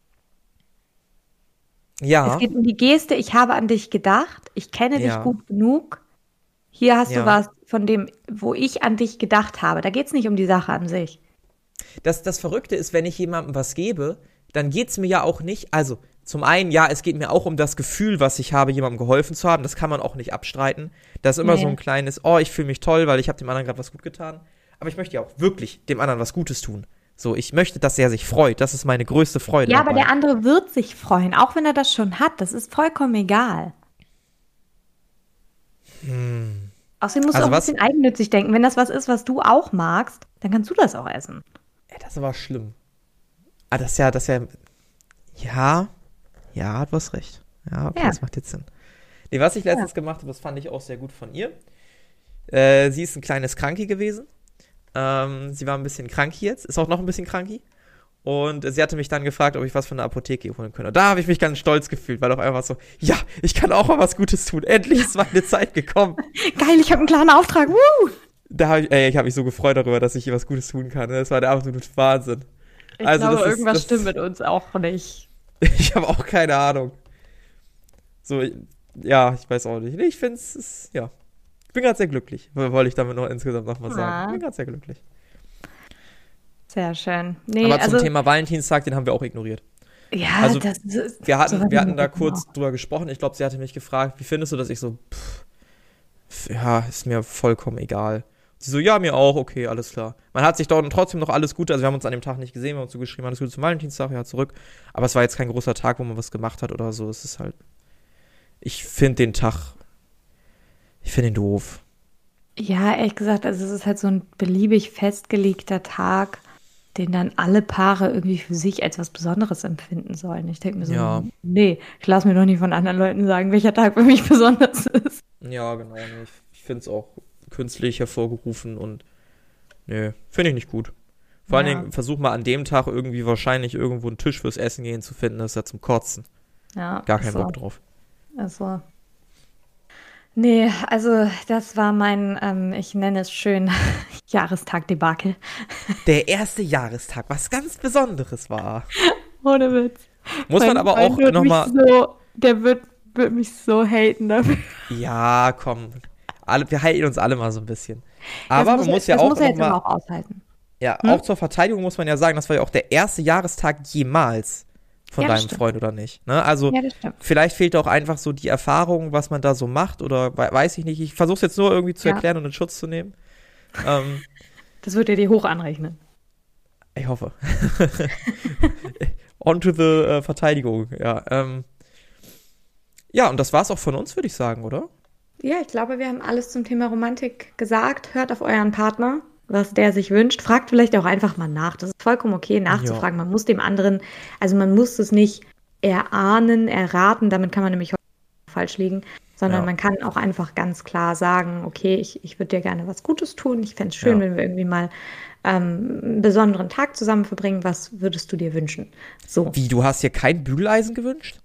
Es Ja, geht um die Geste, ich habe an dich gedacht, ich kenne dich ja, gut genug. Hier hast du ja. was von dem, wo ich an dich gedacht habe. Da geht es nicht um die Sache an sich. Das Verrückte ist, wenn ich jemandem was gebe, dann geht's mir ja auch nicht, also zum einen, ja, es geht mir auch um das Gefühl, was ich habe, jemandem geholfen zu haben, das kann man auch nicht abstreiten. Das ist immer so Nee. ein kleines, oh, ich fühle mich toll, weil ich habe dem anderen gerade was gut getan. Aber ich möchte ja auch wirklich dem anderen was Gutes tun. So, ich möchte, dass er sich freut. Das ist meine größte Freude Ja, aber dabei. der andere wird sich freuen, auch wenn er das schon hat. Das ist vollkommen egal. Außerdem musst du Also auch ein bisschen eigennützig denken. Wenn das was ist, was du auch magst, dann kannst du das auch essen. Ey, das war schlimm. Ah, ja, du hast recht. Ja, okay, Ja. das macht jetzt Sinn. Nee, was ich letztens gemacht habe, das fand ich auch sehr gut von ihr. Sie ist ein kleines Kranki gewesen. Sie war ein bisschen kranki jetzt, ist auch noch ein bisschen kranki. Und sie hatte mich dann gefragt, ob ich was von der Apotheke holen könnte. Und da habe ich mich ganz stolz gefühlt, weil auf einmal so, ja, ich kann auch mal was Gutes tun. Endlich ist meine Zeit gekommen. Geil, ich habe einen klaren Auftrag. Woo! Ich habe mich so gefreut darüber, dass ich hier was Gutes tun kann. Das war der absolute Wahnsinn. Ich Also, glaube, das ist- irgendwas das- stimmt mit uns auch nicht. Ich habe auch keine Ahnung. So, ja, ich weiß auch nicht. Nee, ich finde es, ja. Ich bin gerade sehr glücklich, wollte ich damit noch insgesamt nochmal sagen. Ja. Ich bin gerade sehr glücklich. Sehr schön. Nee, Aber zum also, Thema Valentinstag, den haben wir auch ignoriert. ja, also, das ist, Wir hatten sowas da ist kurz auch. drüber gesprochen. Ich glaube, sie hatte mich gefragt, wie findest du das? Ich so, ja, ist mir vollkommen egal. Sie so, ja, mir auch, okay, alles klar. Man hat sich dort trotzdem noch alles Gute, also wir haben uns an dem Tag nicht gesehen, wir haben uns so geschrieben, alles Gute zum Valentinstag, ja, zurück. Aber es war jetzt kein großer Tag, wo man was gemacht hat oder so. Es ist halt, ich finde den doof. Ja, ehrlich gesagt, also es ist halt so ein beliebig festgelegter Tag, den dann alle Paare irgendwie für sich als was Besonderes empfinden sollen. Ich denke mir so, Ja. nee, ich lasse mir doch nicht von anderen Leuten sagen, welcher Tag für mich besonders ist. Ja, genau. Nee, ich finde es auch künstlich hervorgerufen und nee, finde ich nicht gut. Vor allen Ja. Dingen versuch mal an dem Tag irgendwie wahrscheinlich irgendwo einen Tisch fürs Essen gehen zu finden, das ist ja zum Kotzen. Ja, Gar keinen so. Bock drauf. Also, nee, also das war mein, ich nenne es schön, Jahrestag-Debakel. Der erste Jahrestag, was ganz Besonderes war. Ohne Witz. Muss man aber auch nochmal. Der wird mich so haten dafür. Ja, komm. Wir halten uns alle mal so ein bisschen. Aber man muss ja das auch muss er jetzt aber nochmal. auch aushalten. Ja, auch zur Verteidigung muss man ja sagen, das war ja auch der erste Jahrestag jemals von Ja, das deinem stimmt. Freund, oder nicht? Ne? Also, Ja, das stimmt. vielleicht fehlt auch einfach so die Erfahrung, was man da so macht, oder weiß ich nicht. Ich versuche es jetzt nur irgendwie zu Ja. erklären und in Schutz zu nehmen. Das wird er dir hoch anrechnen. Ich hoffe. On to the Verteidigung, ja. Ja, und das war's auch von uns, würde ich sagen, oder? Ja, ich glaube, wir haben alles zum Thema Romantik gesagt. Hört auf euren Partner, was der sich wünscht. Fragt vielleicht auch einfach mal nach. Das ist vollkommen okay, nachzufragen. Man muss dem anderen, also man muss es nicht erahnen, erraten, damit kann man nämlich falsch liegen, sondern Ja. man kann auch einfach ganz klar sagen, okay, ich würde dir gerne was Gutes tun. Ich fände es schön, Ja. wenn wir irgendwie mal einen besonderen Tag zusammen verbringen. Was würdest du dir wünschen? So, Wie, du hast dir kein Bügeleisen gewünscht?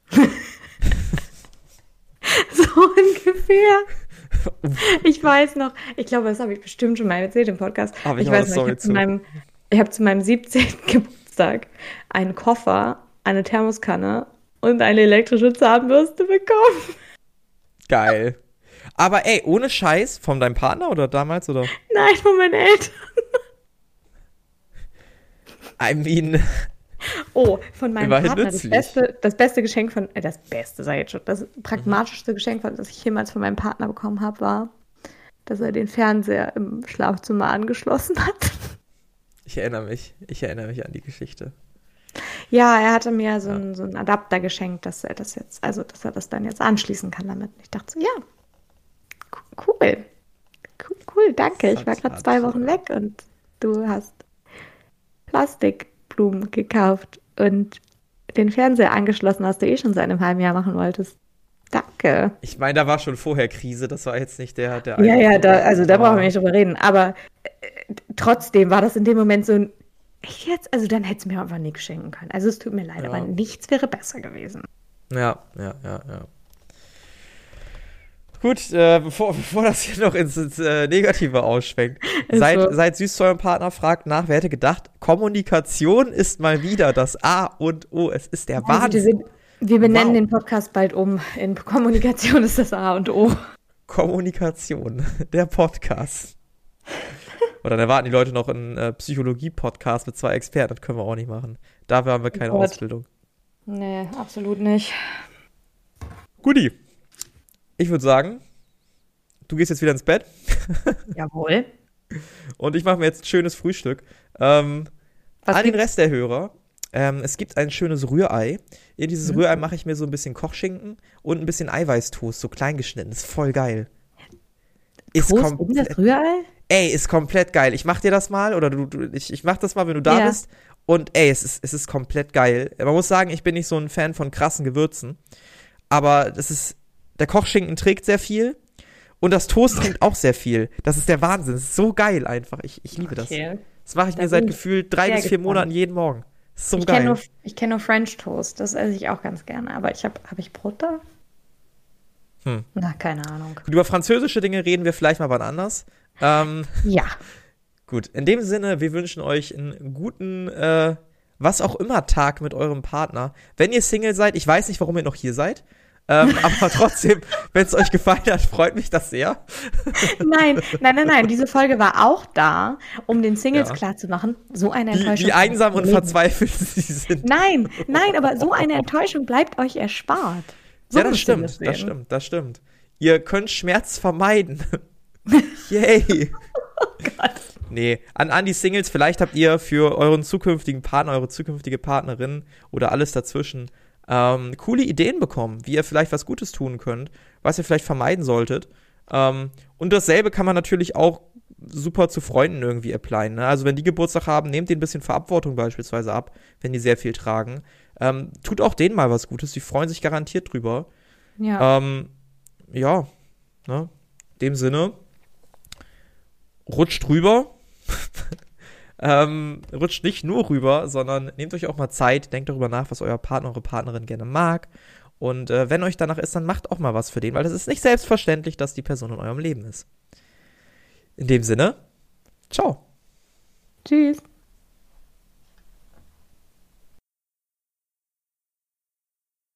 so ungefähr. Ich weiß noch, ich glaube, das habe ich bestimmt schon mal erzählt im Podcast. Hab ich Ich aber weiß eine noch, Story ich habe zu meinem 17. Geburtstag einen Koffer, eine Thermoskanne und eine elektrische Zahnbürste bekommen. Geil. Aber ey, ohne Scheiß, von deinem Partner oder damals, oder? Nein, von meinen Eltern. I mean, Oh, von meinem Immerhin Partner. nützlich. Das beste Geschenk das Beste, sag ich jetzt schon, das pragmatischste Geschenk, das ich jemals von meinem Partner bekommen habe, war, dass er den Fernseher im Schlafzimmer angeschlossen hat. ich erinnere mich an die Geschichte. Ja, er hatte mir so einen Adapter geschenkt, dass er das dann jetzt anschließen kann damit. Ich dachte so, ja, cool. Cool, danke. Ich war gerade 2 Wochen weg und du hast Plastikblumen gekauft und den Fernseher angeschlossen, was du eh schon seit einem halben Jahr machen wolltest. Danke. Ich meine, da war schon vorher Krise, das war jetzt nicht der Ja, da brauchen wir Ah. nicht drüber reden. Aber trotzdem war das in dem Moment so ein, echt jetzt? Also dann hättest du mir einfach nichts schenken können. Also es tut mir leid, Ja. aber nichts wäre besser gewesen. Ja. Gut, bevor das hier noch ins Negative ausschwenkt. Ist so. Seid süß zu eurem Partner, fragt nach, wer hätte gedacht, Kommunikation ist mal wieder das A und O. Es ist der Wahnsinn. Also wir benennen Wow. den Podcast bald um. In Kommunikation ist das A und O. Kommunikation, der Podcast. Oder dann erwarten die Leute noch einen Psychologie-Podcast mit 2 Experten. Das können wir auch nicht machen. Dafür haben wir keine Gott. Ausbildung. Nee, absolut nicht. Guti. Ich würde sagen, du gehst jetzt wieder ins Bett Jawohl. und ich mache mir jetzt ein schönes Frühstück. An den gibt's? Rest der Hörer, es gibt ein schönes Rührei. In dieses Rührei mache ich mir so ein bisschen Kochschinken und ein bisschen Eiweißtoast, so klein geschnitten. Das ist voll geil. Ist Toast in das komplett, Rührei? ey, ist komplett geil. Ich mach dir das mal oder ich mach das mal, wenn du da Ja. bist. Und ey, es ist komplett geil. Man muss sagen, ich bin nicht so ein Fan von krassen Gewürzen. Aber der Kochschinken trägt sehr viel. Und das Toast trinkt auch sehr viel. Das ist der Wahnsinn. Das ist so geil einfach. Ich liebe das. Okay. Das mache ich Da mir seit bin ich gefühlt 3 sehr bis 4 gespannt. Monaten jeden Morgen. Das ist so Ich geil. kenn nur French Toast. Das esse ich auch ganz gerne. Aber hab ich Brot da? Na, keine Ahnung. Gut, über französische Dinge reden wir vielleicht mal wann anders. Ja. Gut, in dem Sinne, wir wünschen euch einen guten, was auch immer Tag mit eurem Partner. Wenn ihr Single seid, ich weiß nicht, warum ihr noch hier seid. Aber trotzdem, wenn es euch gefallen hat, freut mich das sehr. Nein. Diese Folge war auch da, um den Singles Ja. klarzumachen, so eine Wie, Enttäuschung. wie einsam und bleibt euch verzweifelt sie sind. Nein, aber so eine Enttäuschung bleibt euch erspart. So Ja, das müsst ihr stimmt, das sehen. stimmt, das stimmt. Ihr könnt Schmerz vermeiden. Yay. Gott. Nee, an die Singles, vielleicht habt ihr für euren zukünftigen Partner, eure zukünftige Partnerin oder alles dazwischen coole Ideen bekommen, wie ihr vielleicht was Gutes tun könnt, was ihr vielleicht vermeiden solltet. Und dasselbe kann man natürlich auch super zu Freunden irgendwie applyen. Ne? Also wenn die Geburtstag haben, nehmt denen ein bisschen Verantwortung beispielsweise ab, wenn die sehr viel tragen. Tut auch denen mal was Gutes, die freuen sich garantiert drüber. Ja. Ja, ne? In dem Sinne, rutscht rüber. Rutscht nicht nur rüber, sondern nehmt euch auch mal Zeit, denkt darüber nach, was euer Partner, eure Partnerin gerne mag. Und wenn euch danach ist, dann macht auch mal was für den, weil es ist nicht selbstverständlich, dass die Person in eurem Leben ist. In dem Sinne, ciao. Tschüss.